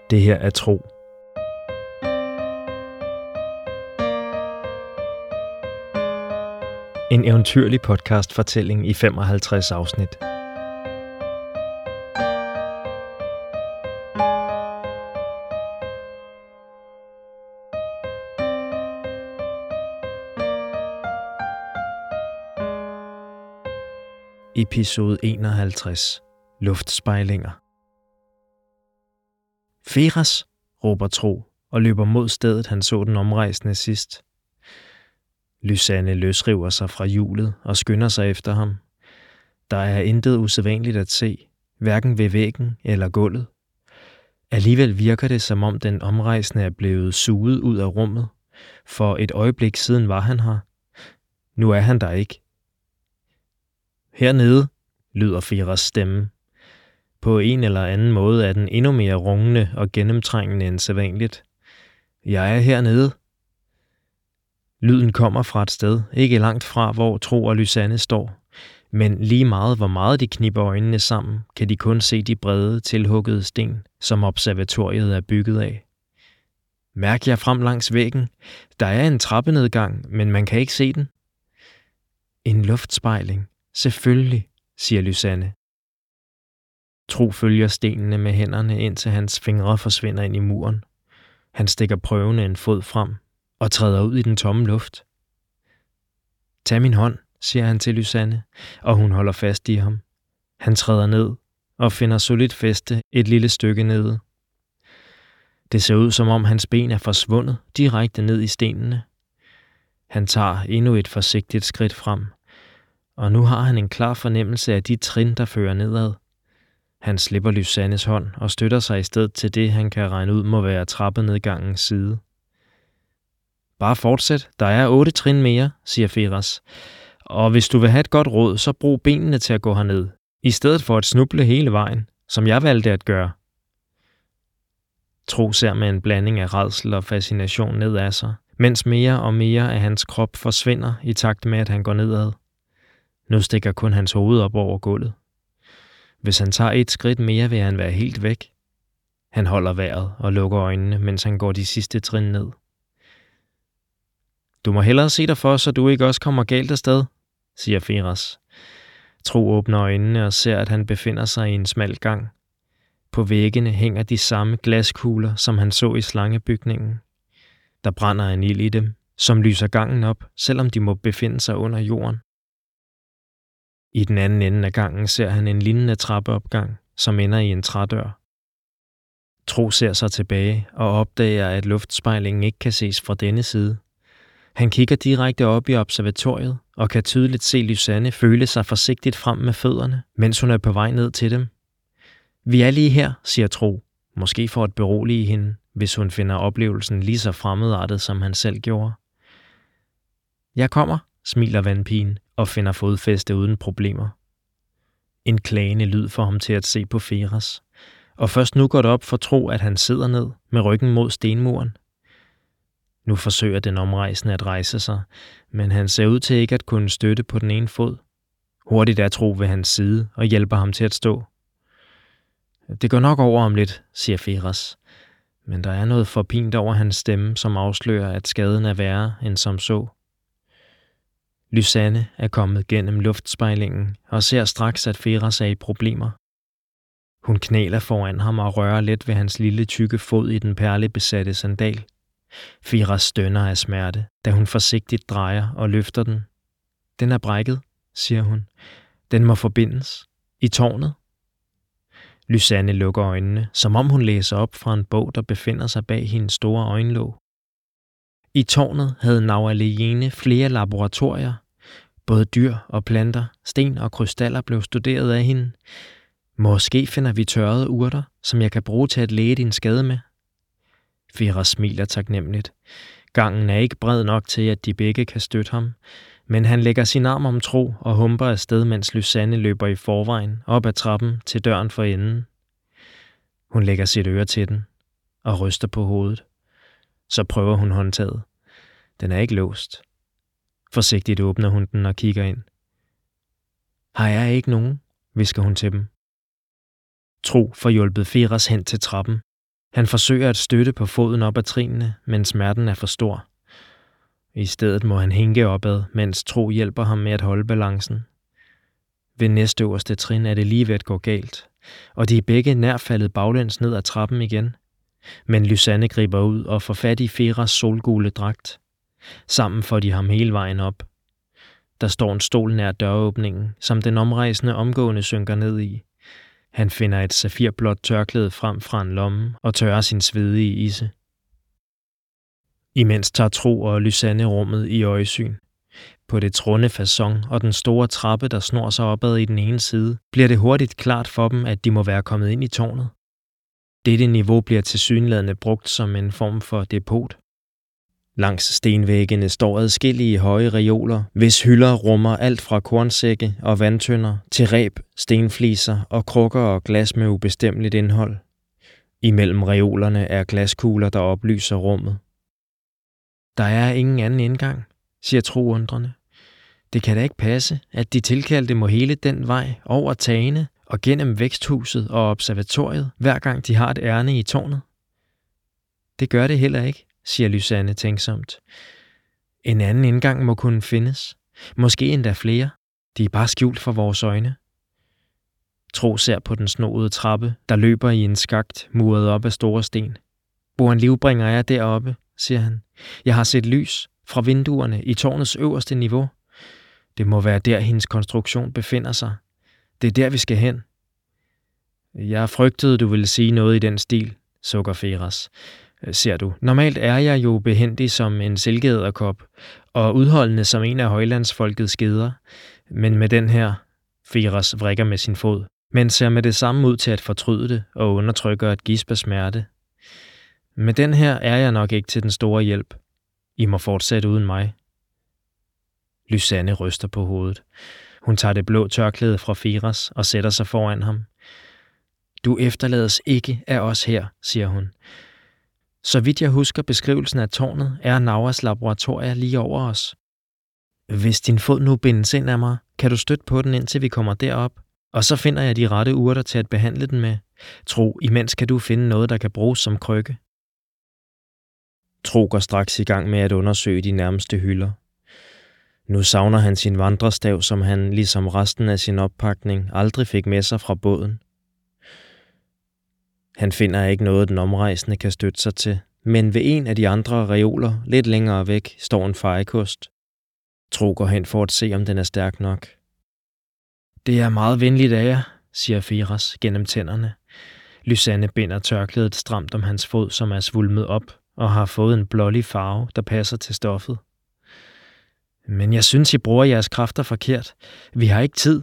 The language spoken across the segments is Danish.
Det her er Tro. En eventyrlig podcast-fortælling i 55 afsnit. Episode 51. Luftspejlinger. Feras, råber Tro og løber mod stedet, han så den omrejsende sidst. Lysanne løsriver sig fra hjulet og skynder sig efter ham. Der er intet usædvanligt at se, hverken ved væggen eller gulvet. Alligevel virker det, som om den omrejsende er blevet suget ud af rummet. For et øjeblik siden var han her. Nu er han der ikke. Hernede, lyder Feras stemme. På en eller anden måde er den endnu mere rungende og gennemtrængende end sædvanligt. Jeg er hernede. Lyden kommer fra et sted, ikke langt fra, hvor Tro og Lysanne står. Men lige meget, hvor meget de knipper øjnene sammen, kan de kun se de brede, tilhuggede sten, som observatoriet er bygget af. Mærk jer frem langs væggen. Der er en trappenedgang, men man kan ikke se den. En luftspejling. Selvfølgelig, siger Lysanne. Tro følger stenene med hænderne, indtil hans fingre forsvinder ind i muren. Han stikker prøvende en fod frem og træder ud i den tomme luft. Tag min hånd, siger han til Lysanne, og hun holder fast i ham. Han træder ned og finder solidt fæste et lille stykke nede. Det ser ud, som om hans ben er forsvundet direkte ned i stenene. Han tager endnu et forsigtigt skridt frem, og nu har han en klar fornemmelse af de trin, der fører nedad. Han slipper Lysannes hånd og støtter sig i stedet til det, han kan regne ud må være trappenedgangens side. Bare fortsæt, der er 8 trin mere, siger Feras. Og hvis du vil have et godt råd, så brug benene til at gå herned, i stedet for at snuble hele vejen, som jeg valgte at gøre. Tro ser med en blanding af rædsel og fascination ned ad sig, mens mere og mere af hans krop forsvinder i takt med, at han går nedad. Nu stikker kun hans hoved op over gulvet. Hvis han tager et skridt mere, vil han være helt væk. Han holder vejret og lukker øjnene, mens han går de sidste trin ned. Du må hellere se dig for, så du ikke også kommer galt afsted, siger Feras. Tro åbner øjnene og ser, at han befinder sig i en smal gang. På væggene hænger de samme glaskugler, som han så i slangebygningen. Der brænder en ild i dem, som lyser gangen op, selvom de må befinde sig under jorden. I den anden ende af gangen ser han en lignende trappeopgang, som ender i en trædør. Tro ser sig tilbage og opdager, at luftspejlingen ikke kan ses fra denne side. Han kigger direkte op i observatoriet og kan tydeligt se Lysanne føle sig forsigtigt frem med fødderne, mens hun er på vej ned til dem. Vi er lige her, siger Tro, måske for at berolige hende, hvis hun finder oplevelsen lige så fremmedartet, som han selv gjorde. Jeg kommer, smiler vandpigen og finder fodfæste uden problemer. En klagende lyd får ham til at se på Feras, og først nu går det op for Tro, at han sidder ned med ryggen mod stenmuren. Nu forsøger den omrejsende at rejse sig, men han ser ud til ikke at kunne støtte på den ene fod. Hurtigt er Tro ved hans side og hjælper ham til at stå. Det går nok over om lidt, siger Feras, men der er noget forpint over hans stemme, som afslører, at skaden er værre end som så. Lysanne er kommet gennem luftspejlingen og ser straks, at Feras er i problemer. Hun knæler foran ham og rører let ved hans lille tykke fod i den perlebesatte sandal. Feras stønner af smerte, da hun forsigtigt drejer og løfter den. Den er brækket, siger hun. Den må forbindes. I tårnet. Lysanne lukker øjnene, som om hun læser op fra en bog, der befinder sig bag hendes store øjenlåg. I tårnet havde Nagaliene flere laboratorier. Både dyr og planter, sten og krystaller blev studeret af hende. Måske finder vi tørrede urter, som jeg kan bruge til at læge din skade med. Feras smiler taknemmeligt. Gangen er ikke bred nok til, at de begge kan støtte ham, men han lægger sin arm om Tro og humper afsted, mens Lysanne løber i forvejen op ad trappen til døren for enden. Hun lægger sit øre til den og ryster på hovedet. Så prøver hun håndtaget. Den er ikke låst. Forsigtigt åbner hun den og kigger ind. Har jeg ikke nogen, hvisker hun til dem. Tro får hjulpet Feras hen til trappen. Han forsøger at støtte på foden op ad trinene, men smerten er for stor. I stedet må han hænke opad, mens Tro hjælper ham med at holde balancen. Ved næstøverste trin er det lige ved at gå galt, og de er begge nær faldet baglæns ned ad trappen igen. Men Lysanne griber ud og får fat i Feras solgule dragt. Sammen får de ham hele vejen op. Der står en stol nær døråbningen, som den omrejsende omgående synker ned i. Han finder et safirblåt tørklæde frem fra en lomme og tørrer sin svedige isse. Imens tager Tro og Lysanne rummet i øjesyn. På det trunde facon og den store trappe, der snor sig opad i den ene side, bliver det hurtigt klart for dem, at de må være kommet ind i tårnet. Dette niveau bliver tilsyneladende brugt som en form for depot. Langs stenvæggene står adskillige høje reoler, hvis hylder rummer alt fra kornsække og vandtønder til reb, stenfliser og krukker og glas med ubestemmeligt indhold. Imellem reolerne er glaskugler, der oplyser rummet. Der er ingen anden indgang, siger Tro undrende. Det kan da ikke passe, at de tilkaldte må hele den vej over tagene og gennem væksthuset og observatoriet, hver gang de har et ærne i tårnet. Det gør det heller ikke, siger Lysanne tænksomt. En anden indgang må kunne findes. Måske endda flere. De er bare skjult for vores øjne. Tro ser på den snoede trappe, der løber i en skakt muret op af store sten. Hvor en livbringer er deroppe, siger han. Jeg har set lys fra vinduerne i tårnets øverste niveau. Det må være der, hendes konstruktion befinder sig. Det er der, vi skal hen. Jeg frygtede, du ville sige noget i den stil, sukker Feras. Ser du, normalt er jeg jo behendig som en silkeæderkop og udholdende som en af højlandsfolkets skeder. Men med den her, Feras vrikker med sin fod, men ser med det samme ud til at fortryde det og undertrykker et gisp af smerte. Med den her er jeg nok ikke til den store hjælp. I må fortsætte uden mig. Lysanne ryster på hovedet. Hun tager det blå tørklæde fra Feras og sætter sig foran ham. Du efterlades ikke af os her, siger hun. Så vidt jeg husker beskrivelsen af tårnet, er Nauas laboratorier lige over os. Hvis din fod nu bindes ind af mig, kan du støtte på den, indtil vi kommer derop, og så finder jeg de rette urter til at behandle den med. Tro, imens kan du finde noget, der kan bruges som krykke. Tro går straks i gang med at undersøge de nærmeste hylder. Nu savner han sin vandrestav, som han, ligesom resten af sin oppakning, aldrig fik med sig fra båden. Han finder ikke noget, den omrejsende kan støtte sig til, men ved en af de andre reoler, lidt længere væk, står en fejekost. Tro går hen for at se, om den er stærk nok. Det er meget venligt af jer, siger Feras gennem tænderne. Lysanne binder tørklædet stramt om hans fod, som er svulmet op og har fået en blålig farve, der passer til stoffet. Men jeg synes, I bruger jeres kræfter forkert. Vi har ikke tid.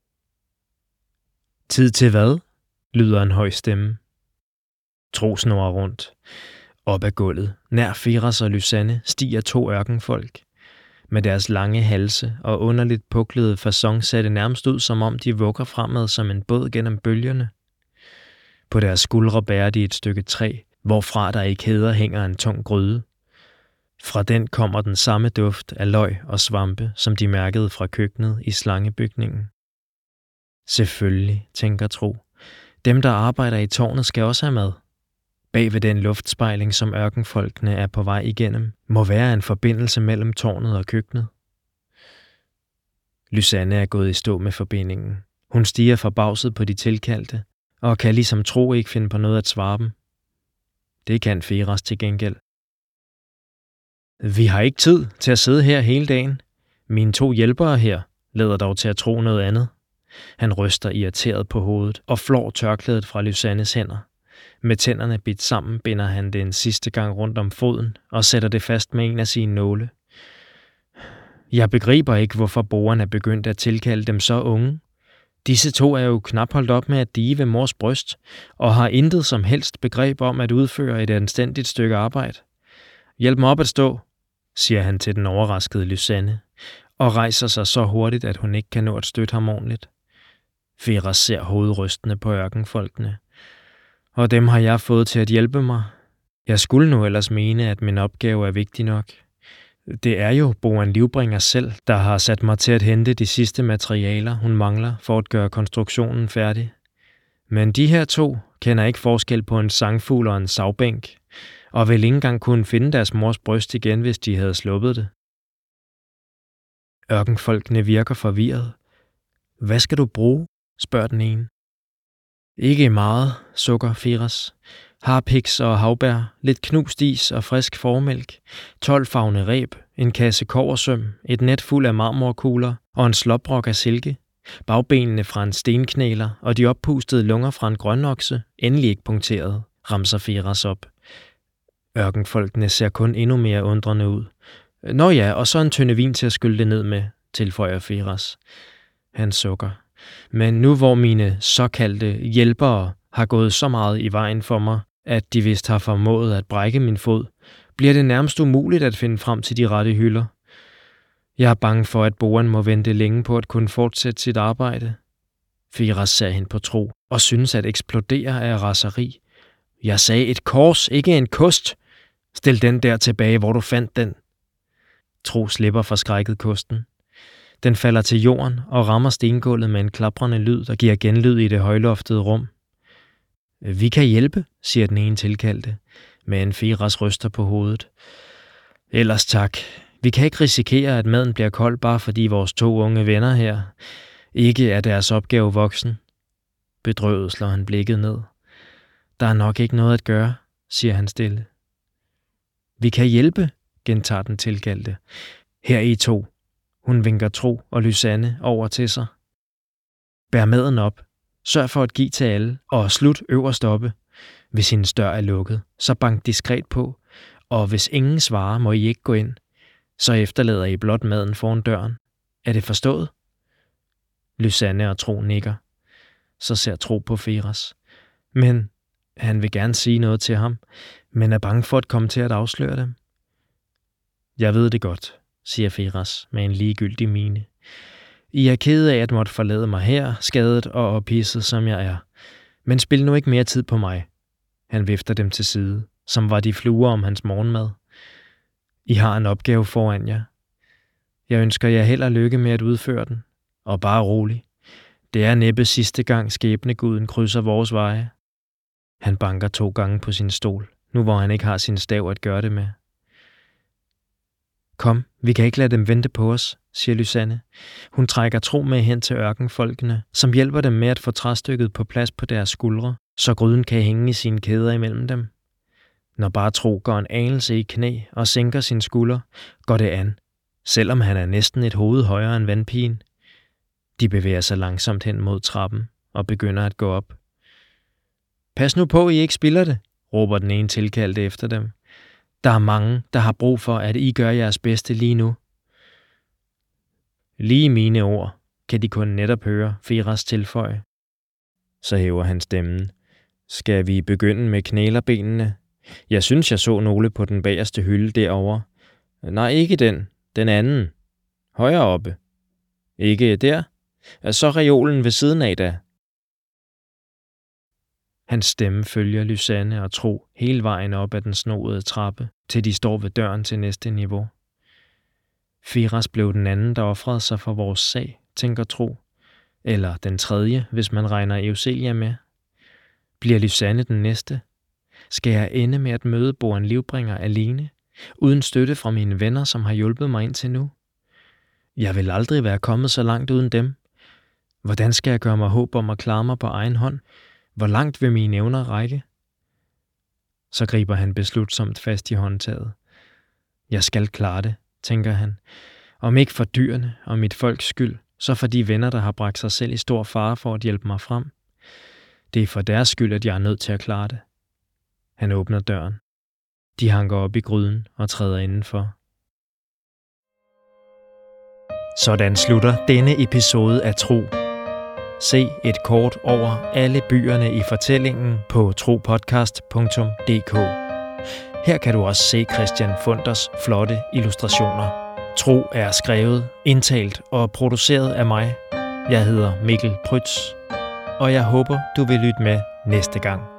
Tid til hvad? Lyder en høj stemme. Tro snurrer rundt. Op ad gulvet, nær Feras og Lysanne, stiger 2 ørkenfolk. Med deres lange halse og underligt puklede facon ser det nærmest ud, som om de vugger fremad som en båd gennem bølgerne. På deres skuldre bærer de et stykke træ, hvorfra der i kæder hænger en tung gryde. Fra den kommer den samme duft af løg og svampe, som de mærkede fra køkkenet i slangebygningen. Selvfølgelig, tænker Tro. Dem, der arbejder i tårnet, skal også have mad. Bag ved den luftspejling, som ørkenfolkene er på vej igennem, må være en forbindelse mellem tårnet og køkkenet. Lysanne er gået i stå med forbindingen. Hun stiger forbavset på de tilkaldte, og kan ligesom Tro ikke finde på noget at svare dem. Det kan Feras til gengæld. Vi har ikke tid til at sidde her hele dagen. Mine 2 hjælpere her lader dog til at tro noget andet. Han ryster irriteret på hovedet og flår tørklædet fra Lysannes hænder. Med tænderne bidt sammen binder han det en sidste gang rundt om foden og sætter det fast med en af sine nåle. Jeg begriber ikke, hvorfor brugeren er begyndt at tilkalde dem så unge. Disse 2 er jo knap holdt op med at dige ved mors bryst og har intet som helst begreb om at udføre et anstændigt stykke arbejde. Hjælp mig op at stå, siger han til den overraskede Lysanne, og rejser sig så hurtigt, at hun ikke kan nå at støtte ham ordentligt. Feras ser hovedrystende på ørkenfolkene. Og dem har jeg fået til at hjælpe mig. Jeg skulle nu ellers mene, at min opgave er vigtig nok. Det er jo Boan Livbringer selv, der har sat mig til at hente de sidste materialer, hun mangler for at gøre konstruktionen færdig. Men de her to kender ikke forskel på en sangfugl og en savbænk, og vil ikke engang kunne finde deres mors bryst igen, hvis de havde sluppet det. Ørkenfolkene virker forvirret. Hvad skal du bruge? Spørger den ene. Ikke meget, sukker Firas. Harpiks og havbær, lidt knust is og frisk formælk, 12 farvende reb, en kasse kobbersøm, et net fuld af marmorkugler og en slåbrok af silke, bagbenene fra en stenknæler og de oppustede lunger fra en grønokse, endelig ikke punkteret, ramser Firas op. Ørkenfolkene ser kun endnu mere undrende ud. Nå ja, og så en tønde vin til at skylle det ned med, tilføjer Firas. Han sukker. Men nu hvor mine såkaldte hjælpere har gået så meget i vejen for mig, at de vist har formået at brække min fod, bliver det nærmest umuligt at finde frem til de rette hylder. Jeg er bange for, at Boan må vente længe på at kunne fortsætte sit arbejde. Firas ser hende på tro og synes at eksplodere af raseri. Jeg sagde et kors, ikke en kost. Stil den der tilbage, hvor du fandt den. Tro slipper forskrækket kosten. Den falder til jorden og rammer stengulvet med en klaprende lyd, der giver genlyd i det højloftede rum. Vi kan hjælpe, siger den ene tilkaldte, men Firas ryster på hovedet. Ellers tak. Vi kan ikke risikere, at maden bliver kold, bare fordi vores 2 unge venner her ikke er deres opgave voksen. Bedrøvet slår han blikket ned. Der er nok ikke noget at gøre, siger han stille. Vi kan hjælpe, gentager den tilkaldte. Her I 2. Hun vinker Tro og Lysanne over til sig. Bær maden op. Sørg for at give til alle, og slut øverst oppe. Hvis hendes dør er lukket, så bank diskret på, og hvis ingen svarer, må I ikke gå ind. Så efterlader I blot maden foran døren. Er det forstået? Lysanne og Tro nikker. Så ser Tro på Firas. Men han vil gerne sige noget til ham, men er bange for at komme til at afsløre dem. Jeg ved det godt, siger Firas med en ligegyldig mine. I er kede af at måtte forlade mig her, skadet og oppisset som jeg er. Men spil nu ikke mere tid på mig. Han vifter dem til side, som var de fluer om hans morgenmad. I har en opgave foran jer. Jeg ønsker jer held og lykke med at udføre den. Og bare rolig. Det er næppe sidste gang skæbneguden krydser vores veje. Han banker 2 gange på sin stol, nu hvor han ikke har sin stav at gøre det med. Kom, vi kan ikke lade dem vente på os, siger Lysanne. Hun trækker Tro med hen til ørkenfolkene, som hjælper dem med at få træstykket på plads på deres skuldre, så gryden kan hænge i sine kæder imellem dem. Når bare Tro går en anelse i knæ og sænker sin skulder, går det an, selvom han er næsten et hoved højere end vandpigen. De bevæger sig langsomt hen mod trappen og begynder at gå op. Pas nu på, I ikke spilder det, råber den ene tilkaldte efter dem. Der er mange, der har brug for, at I gør jeres bedste lige nu. Lige mine ord, kan de kun netop høre Firas tilføje. Så hæver han stemmen. Skal vi begynde med knælerbenene? Jeg synes, jeg så nogle på den bagerste hylde derovre. Nej, ikke den. Den anden. Højere oppe. Ikke der? Så reolen ved siden af da. Hans stemme følger Lysanne og Tro hele vejen op ad den snoede trappe, til de står ved døren til næste niveau. Firas blev den anden, der ofrede sig for vores sag, tænker Tro. Eller den tredje, hvis man regner Euselia med. Bliver Lysanne den næste? Skal jeg ende med at møde Boan Livbringer alene, uden støtte fra mine venner, som har hjulpet mig indtil nu? Jeg vil aldrig være kommet så langt uden dem. Hvordan skal jeg gøre mig håb om at klare mig på egen hånd? Hvor langt vil mine evner række? Så griber han beslutsomt fast i håndtaget. Jeg skal klare det, tænker han. Om ikke for dyrene og mit folks skyld, så for de venner, der har bragt sig selv i stor fare for at hjælpe mig frem. Det er for deres skyld, at jeg er nødt til at klare det. Han åbner døren. De hanker op i gryden og træder indenfor. Sådan slutter denne episode af Tro. Se et kort over alle byerne i fortællingen på tropodcast.dk. Her kan du også se Christian Funders flotte illustrationer. Tro er skrevet, indtalt og produceret af mig. Jeg hedder Mikkel Prytz, og jeg håber, du vil lytte med næste gang.